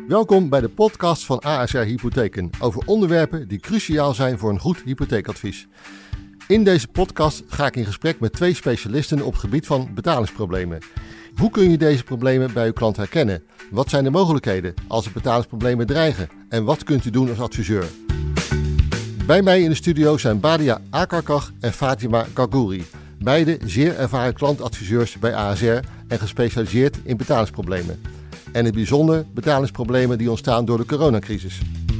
Welkom bij de podcast van ASR Hypotheken over onderwerpen die cruciaal zijn voor een goed hypotheekadvies. In deze podcast ga ik in gesprek met 2 specialisten op het gebied van betalingsproblemen. Hoe kun je deze problemen bij uw klant herkennen? Wat zijn de mogelijkheden als er betalingsproblemen dreigen? En wat kunt u doen als adviseur? Bij mij in de studio zijn Badia Akarkar en Fatima Gargouri. Beide zeer ervaren klantadviseurs bij ASR en gespecialiseerd in betalingsproblemen. En in het bijzonder betalingsproblemen die ontstaan door de coronacrisis.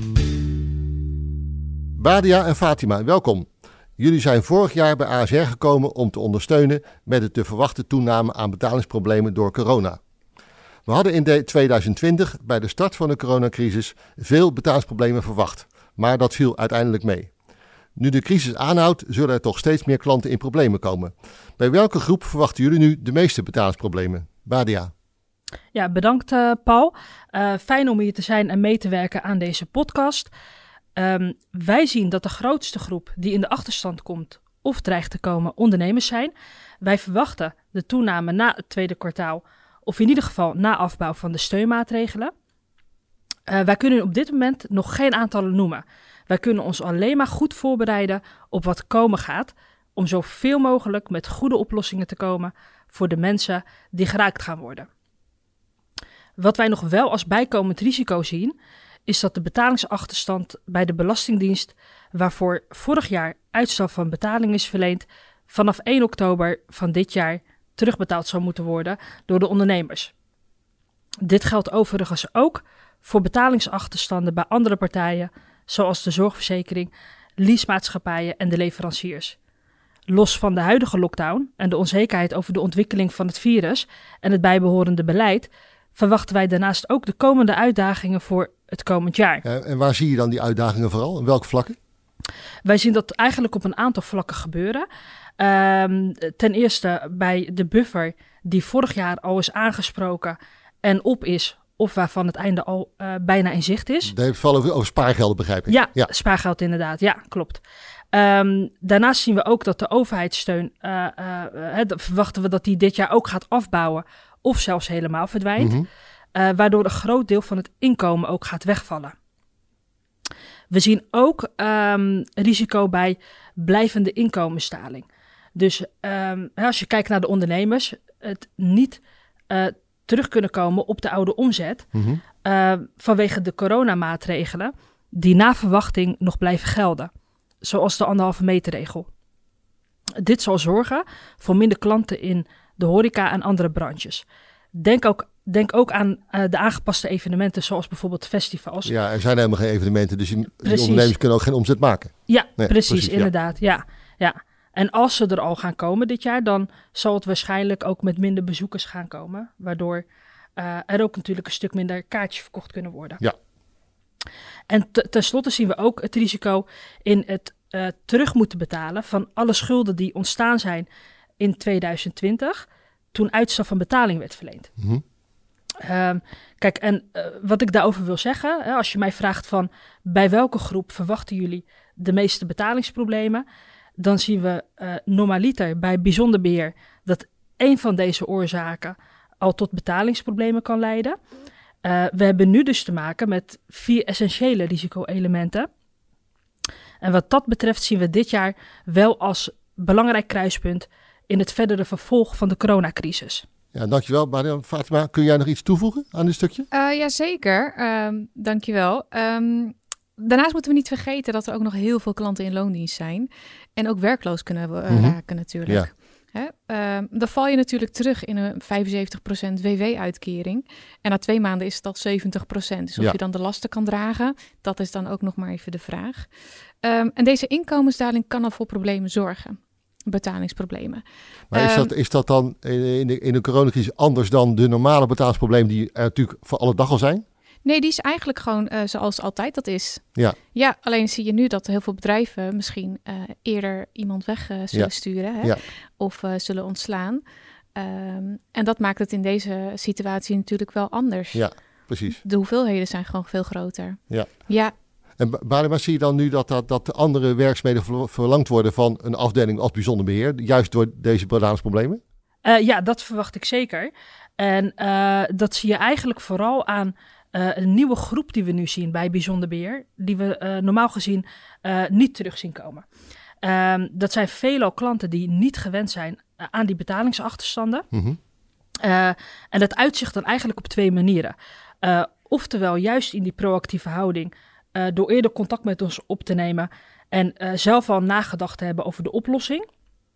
Badia en Fatima, welkom. Jullie zijn vorig jaar bij ASR gekomen om te ondersteunen met de te verwachten toename aan betalingsproblemen door corona. We hadden in 2020 bij de start van de coronacrisis veel betalingsproblemen verwacht, maar dat viel uiteindelijk mee. Nu de crisis aanhoudt, zullen er toch steeds meer klanten in problemen komen. Bij welke groep verwachten jullie nu de meeste betalingsproblemen? Badia. Ja, bedankt Paul. Fijn om hier te zijn en mee te werken aan deze podcast. Wij zien dat de grootste groep die in de achterstand komt of dreigt te komen ondernemers zijn. Wij verwachten de toename na het tweede kwartaal of in ieder geval na afbouw van de steunmaatregelen. Wij kunnen op dit moment nog geen aantallen noemen. Wij kunnen ons alleen maar goed voorbereiden op wat komen gaat om zoveel mogelijk met goede oplossingen te komen voor de mensen die geraakt gaan worden. Wat wij nog wel als bijkomend risico zien, is dat de betalingsachterstand bij de Belastingdienst, waarvoor vorig jaar uitstel van betaling is verleend, vanaf 1 oktober van dit jaar terugbetaald zou moeten worden door de ondernemers. Dit geldt overigens ook voor betalingsachterstanden bij andere partijen, zoals de zorgverzekering, leasemaatschappijen en de leveranciers. Los van de huidige lockdown en de onzekerheid over de ontwikkeling van het virus en het bijbehorende beleid, verwachten wij daarnaast ook de komende uitdagingen voor het komend jaar. En waar zie je dan die uitdagingen vooral? In welke vlakken? Wij zien dat eigenlijk op een aantal vlakken gebeuren. Ten eerste bij de buffer die vorig jaar al is aangesproken en op is, of waarvan het einde al bijna in zicht is. Daar heeft het over spaargelden, begrijp ik. Ja, spaargeld inderdaad. Ja, klopt. Daarnaast zien we ook dat de overheidssteun, verwachten we dat die dit jaar ook gaat afbouwen of zelfs helemaal verdwijnt. Mm-hmm. Waardoor een groot deel van het inkomen ook gaat wegvallen. We zien ook risico bij blijvende inkomensdaling. Dus als je kijkt naar de ondernemers, het niet terug kunnen komen op de oude omzet. Mm-hmm. Vanwege de coronamaatregelen die na verwachting nog blijven gelden. Zoals de 1,5 meter regel. Dit zal zorgen voor minder klanten in de horeca en andere branches. Denk ook aan de aangepaste evenementen zoals bijvoorbeeld festivals. Ja, er zijn helemaal geen evenementen, dus die ondernemers kunnen ook geen omzet maken. Ja, nee, precies, inderdaad. Ja. En als ze er al gaan komen dit jaar, dan zal het waarschijnlijk ook met minder bezoekers gaan komen. Waardoor er ook natuurlijk een stuk minder kaartjes verkocht kunnen worden. Ja. En tenslotte zien we ook het risico in het terug moeten betalen van alle schulden die ontstaan zijn in 2020, toen uitstel van betaling werd verleend. Mm-hmm. Kijk, en wat ik daarover wil zeggen, als je mij vraagt van bij welke groep verwachten jullie de meeste betalingsproblemen, dan zien we normaliter bij bijzonder beheer dat één van deze oorzaken al tot betalingsproblemen kan leiden. We hebben nu dus te maken met 4 essentiële risico-elementen. En wat dat betreft zien we dit jaar wel als belangrijk kruispunt in het verdere vervolg van de coronacrisis. Ja, dankjewel. Badia. Fatima, kun jij nog iets toevoegen aan dit stukje? Jazeker, dankjewel. Daarnaast moeten we niet vergeten dat er ook nog heel veel klanten in loondienst zijn. En ook werkloos kunnen raken natuurlijk. Ja. Dan val je natuurlijk terug in een 75% WW-uitkering. En na 2 maanden is het al 70%. Dus of je dan de lasten kan dragen, dat is dan ook nog maar even de vraag. En deze inkomensdaling kan al voor problemen zorgen. Betalingsproblemen. Maar is dat dan in de coronacrisis anders dan de normale betalingsproblemen die er natuurlijk voor alle dag al zijn? Nee, die is eigenlijk gewoon zoals altijd dat is. Ja, alleen zie je nu dat heel veel bedrijven misschien eerder iemand weg zullen sturen. Hè? Ja. Of zullen ontslaan. En dat maakt het in deze situatie natuurlijk wel anders. Ja, precies. De hoeveelheden zijn gewoon veel groter. Ja. En Badia, zie je dan nu dat de andere werkzaamheden verlangd worden van een afdeling als bijzonder beheer, juist door deze betalingsproblemen? Ja, dat verwacht ik zeker. En dat zie je eigenlijk vooral aan een nieuwe groep die we nu zien bij bijzonder beheer, die we normaal gezien niet terug zien komen. Dat zijn veelal klanten die niet gewend zijn aan die betalingsachterstanden. Mm-hmm. En dat uitzicht dan eigenlijk op 2 manieren. Oftewel juist in die proactieve houding, door eerder contact met ons op te nemen en zelf al nagedacht te hebben over de oplossing.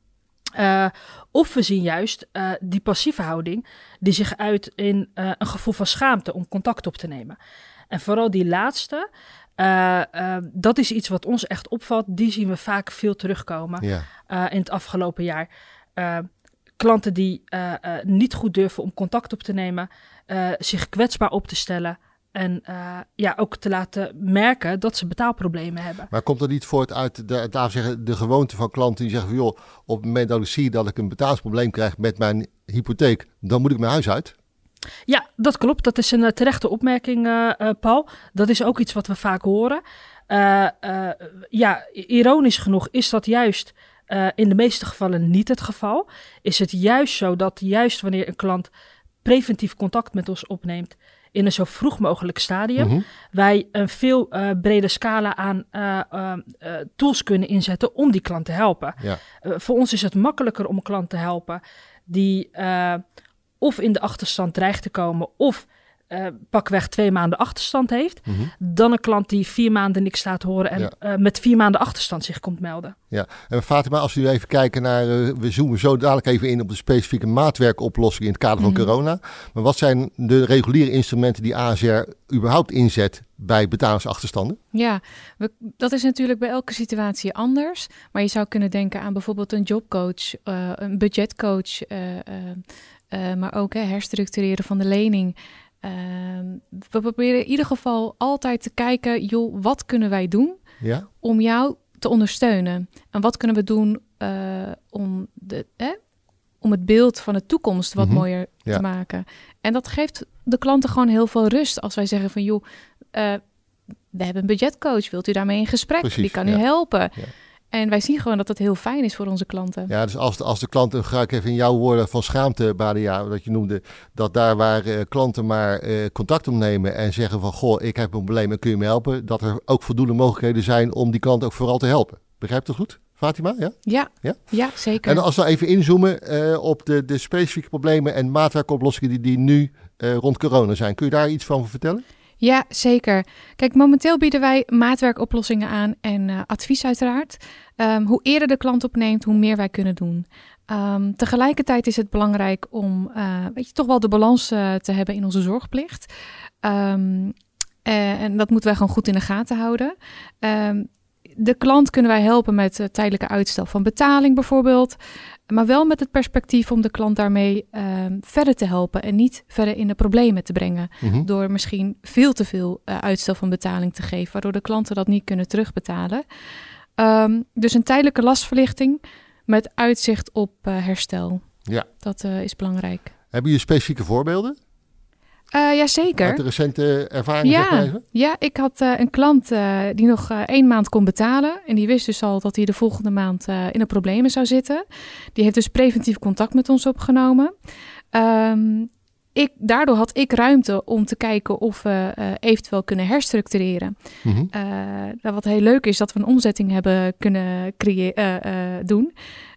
Of we zien juist die passieve houding die zich uit in een gevoel van schaamte om contact op te nemen. En vooral die laatste, dat is iets wat ons echt opvalt. Die zien we vaak veel terugkomen in het afgelopen jaar. Klanten die niet goed durven om contact op te nemen, zich kwetsbaar op te stellen en ook te laten merken dat ze betaalproblemen hebben. Maar komt dat niet voort uit de gewoonte van klanten die zeggen van, joh, op het moment dat ik zie dat ik een betalingsprobleem krijg met mijn hypotheek, dan moet ik mijn huis uit? Ja, dat klopt. Dat is een terechte opmerking, Paul. Dat is ook iets wat we vaak horen. Ironisch genoeg is dat juist in de meeste gevallen niet het geval. Is het juist zo dat juist wanneer een klant preventief contact met ons opneemt in een zo vroeg mogelijk stadium, wij een veel breder scala aan tools kunnen inzetten om die klant te helpen. Ja. Voor ons is het makkelijker om een klant te helpen die of in de achterstand dreigt te komen of pakweg 2 maanden achterstand heeft, dan een klant die 4 maanden niks laat horen en met 4 maanden achterstand zich komt melden. Ja, en Fatima, als we nu even kijken naar, we zoomen zo dadelijk even in op de specifieke maatwerkoplossing in het kader van corona. Maar wat zijn de reguliere instrumenten die ASR überhaupt inzet bij betalingsachterstanden? Ja, dat is natuurlijk bij elke situatie anders. Maar je zou kunnen denken aan bijvoorbeeld een jobcoach, een budgetcoach, maar ook herstructureren van de lening. We proberen in ieder geval altijd te kijken, joh, wat kunnen wij doen om jou te ondersteunen? En wat kunnen we doen om het beeld van de toekomst wat mooier te maken? En dat geeft de klanten gewoon heel veel rust als wij zeggen van, joh, we hebben een budgetcoach, wilt u daarmee in gesprek? Precies, die kan u helpen. Ja. En wij zien gewoon dat dat heel fijn is voor onze klanten. Ja, dus als de klanten, ga ik even in jouw woorden van schaamte, Badia, dat je noemde, dat daar waar klanten maar contact opnemen en zeggen van, goh, ik heb een probleem en kun je me helpen, dat er ook voldoende mogelijkheden zijn om die klant ook vooral te helpen. Begrijp je dat goed, Fatima? Ja, zeker. En als we even inzoomen op de specifieke problemen en maatwerkoplossingen die nu rond corona zijn, kun je daar iets van vertellen? Ja, zeker. Kijk, momenteel bieden wij maatwerkoplossingen aan en advies uiteraard. Hoe eerder de klant opneemt, hoe meer wij kunnen doen. Tegelijkertijd is het belangrijk om toch wel de balans te hebben in onze zorgplicht. En dat moeten wij gewoon goed in de gaten houden. De klant kunnen wij helpen met tijdelijke uitstel van betaling bijvoorbeeld. Maar wel met het perspectief om de klant daarmee verder te helpen en niet verder in de problemen te brengen. Door misschien veel te veel uitstel van betaling te geven, waardoor de klanten dat niet kunnen terugbetalen. Dus een tijdelijke lastverlichting met uitzicht op herstel. Ja. Dat is belangrijk. Hebben jullie specifieke voorbeelden? Jazeker. Uit de recente ervaring, zeg maar even? Ja, ik had een klant die nog 1 maand kon betalen. En die wist dus al dat hij de volgende maand in de problemen zou zitten. Die heeft dus preventief contact met ons opgenomen. Daardoor had ik ruimte om te kijken of we eventueel kunnen herstructureren. Wat heel leuk is, dat we een omzetting hebben kunnen doen.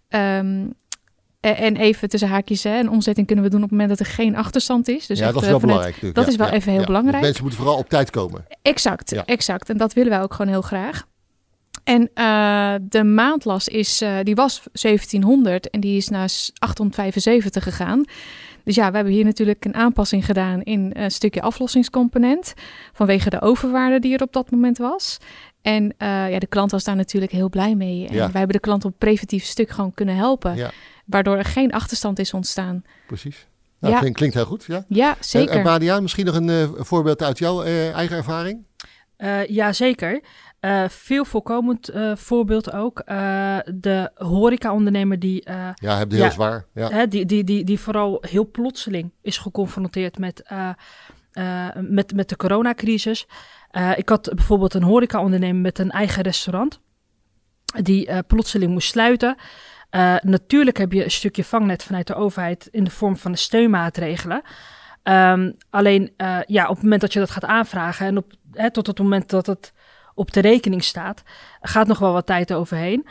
En even tussen haakjes, een omzetting kunnen we doen op het moment dat er geen achterstand is. Dus dat is wel belangrijk. Dat is wel even heel belangrijk. Dus mensen moeten vooral op tijd komen. Exact. En dat willen wij ook gewoon heel graag. En de maandlast die was 1700 en die is naar 875 gegaan. Dus ja, we hebben hier natuurlijk een aanpassing gedaan in een stukje aflossingscomponent. Vanwege de overwaarde die er op dat moment was. En de klant was daar natuurlijk heel blij mee. En wij hebben de klant op een preventief stuk gewoon kunnen helpen. Ja. Waardoor er geen achterstand is ontstaan. Precies. Nou, klinkt heel goed. Ja, zeker. En Badia, misschien nog een voorbeeld uit jouw eigen ervaring? Ja, zeker. Veel voorkomend voorbeeld ook. De horecaondernemer die... hebben heel zwaar. Ja. Die vooral heel plotseling is geconfronteerd met de coronacrisis. Ik had bijvoorbeeld een horecaondernemer met een eigen restaurant. Die plotseling moest sluiten. Natuurlijk heb je een stukje vangnet vanuit de overheid in de vorm van de steunmaatregelen. Alleen op het moment dat je dat gaat aanvragen en tot het moment dat het op de rekening staat, gaat nog wel wat tijd overheen.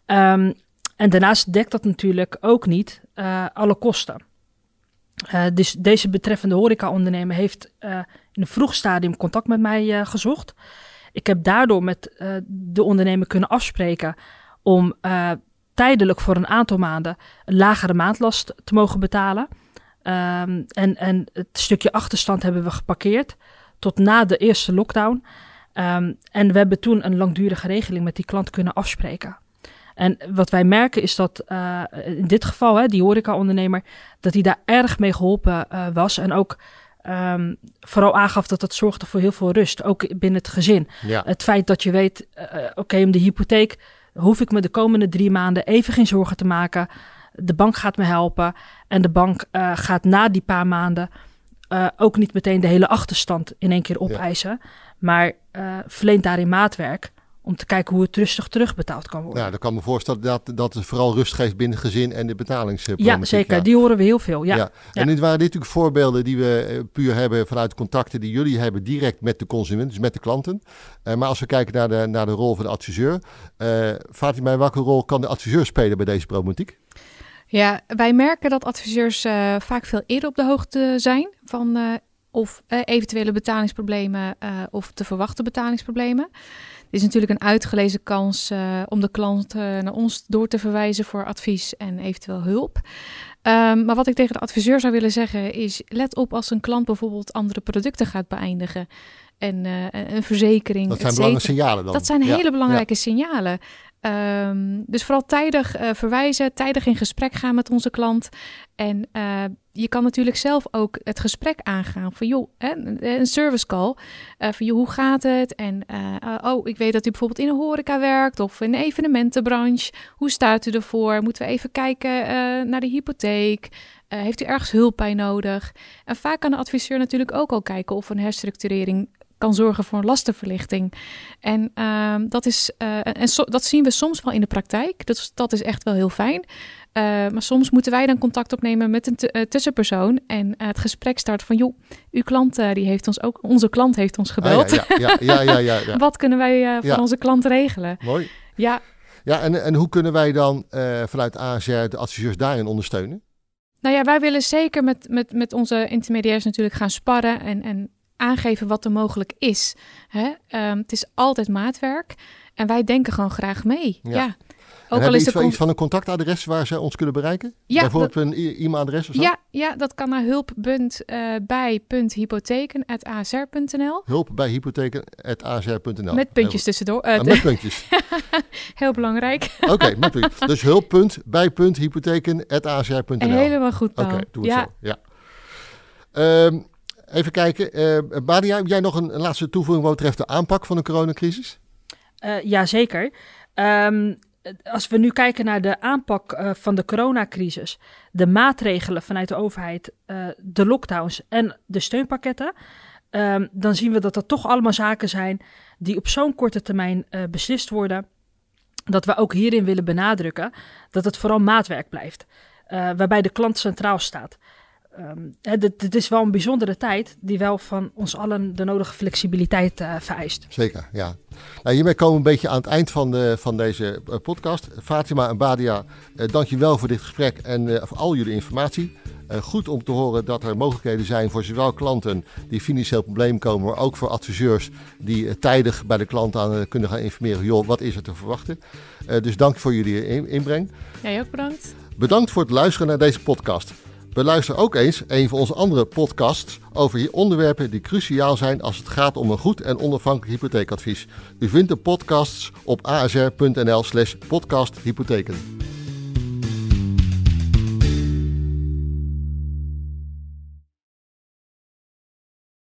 En daarnaast dekt dat natuurlijk ook niet alle kosten. Dus deze betreffende horecaondernemer heeft in een vroeg stadium contact met mij gezocht. Ik heb daardoor met de ondernemer kunnen afspreken om tijdelijk voor een aantal maanden een lagere maandlast te mogen betalen. En het stukje achterstand hebben we geparkeerd tot na de eerste lockdown. En we hebben toen een langdurige regeling met die klant kunnen afspreken. En wat wij merken is dat in dit geval, die horecaondernemer, dat hij daar erg mee geholpen was. En ook vooral aangaf dat het zorgde voor heel veel rust, ook binnen het gezin. Ja. Het feit dat je weet, om de hypotheek hoef ik me de komende 3 maanden even geen zorgen te maken. De bank gaat me helpen en de bank gaat na die paar maanden ook niet meteen de hele achterstand in één keer opeisen. Ja. Maar verleent daarin maatwerk om te kijken hoe het rustig terugbetaald kan worden. Ja, dan kan me voorstellen dat het vooral rust geeft binnen het gezin en de betalingsproblematiek. Ja, zeker. Ja. Die horen we heel veel. Ja. Ja. En dit waren natuurlijk voorbeelden die we puur hebben vanuit contacten die jullie hebben direct met de consument, dus met de klanten. Maar als we kijken naar de rol van de adviseur, Fatima, welke rol kan de adviseur spelen bij deze problematiek? Ja, wij merken dat adviseurs vaak veel eerder op de hoogte zijn van of eventuele betalingsproblemen of te verwachten betalingsproblemen. Het is natuurlijk een uitgelezen kans om de klant naar ons door te verwijzen voor advies en eventueel hulp. Maar wat ik tegen de adviseur zou willen zeggen is, let op als een klant bijvoorbeeld andere producten gaat beëindigen. En een verzekering. Dat zijn belangrijke signalen dan. Dat zijn hele belangrijke signalen. Dus vooral tijdig verwijzen, tijdig in gesprek gaan met onze klant. En je kan natuurlijk zelf ook het gesprek aangaan van een service call. Van hoe gaat het? En ik weet dat u bijvoorbeeld in een horeca werkt of in de evenementenbranche. Hoe staat u ervoor? Moeten we even kijken naar de hypotheek? Heeft u ergens hulp bij nodig? En vaak kan de adviseur natuurlijk ook al kijken of een herstructurering kan zorgen voor een lastenverlichting. En dat zien we soms wel in de praktijk. Dat is echt wel heel fijn. Maar soms moeten wij dan contact opnemen met een tussenpersoon en het gesprek start van, uw klant onze klant heeft ons gebeld. Ja. Wat kunnen wij voor onze klant regelen? Mooi. Ja. Ja, en hoe kunnen wij dan vanuit ASR de adviseurs daarin ondersteunen? Nou ja, wij willen zeker met onze intermediairs natuurlijk gaan sparren en aangeven wat er mogelijk is. Het is altijd maatwerk en wij denken gewoon graag mee. Ja. Ook al is iets van een contactadres waar ze ons kunnen bereiken? Ja, bijvoorbeeld een e-mailadres of zo? Ja, dat kan naar hulp.bij.hypotheken@asr.nl. Hulp@hypotheken@asr.nl. Met puntjes tussendoor. Met puntjes. Heel belangrijk. Oké, met puntjes. Dus hulp.bij.hypotheken@asr.nl. Helemaal goed, Paul. Oké, doe het zo. Ja. Even kijken. Badia, heb jij nog een laatste toevoeging wat betreft de aanpak van de coronacrisis? Jazeker. Als we nu kijken naar de aanpak van de coronacrisis, de maatregelen vanuit de overheid, de lockdowns en de steunpakketten, dan zien we dat dat toch allemaal zaken zijn die op zo'n korte termijn beslist worden, dat we ook hierin willen benadrukken dat het vooral maatwerk blijft, waarbij de klant centraal staat. Het is wel een bijzondere tijd die wel van ons allen de nodige flexibiliteit vereist. Zeker, ja. Nou, hiermee komen we een beetje aan het eind van deze podcast. Fatima en Badia, dank je wel voor dit gesprek en voor al jullie informatie. Goed om te horen dat er mogelijkheden zijn voor zowel klanten die financieel probleem komen, maar ook voor adviseurs die tijdig bij de klant aan kunnen gaan informeren. Wat is er te verwachten? Dus dank voor jullie inbreng. Jij ook bedankt. Bedankt voor het luisteren naar deze podcast. Beluister ook eens een van onze andere podcasts over onderwerpen die cruciaal zijn als het gaat om een goed en onafhankelijk hypotheekadvies. U vindt de podcasts op asr.nl/podcasthypotheken.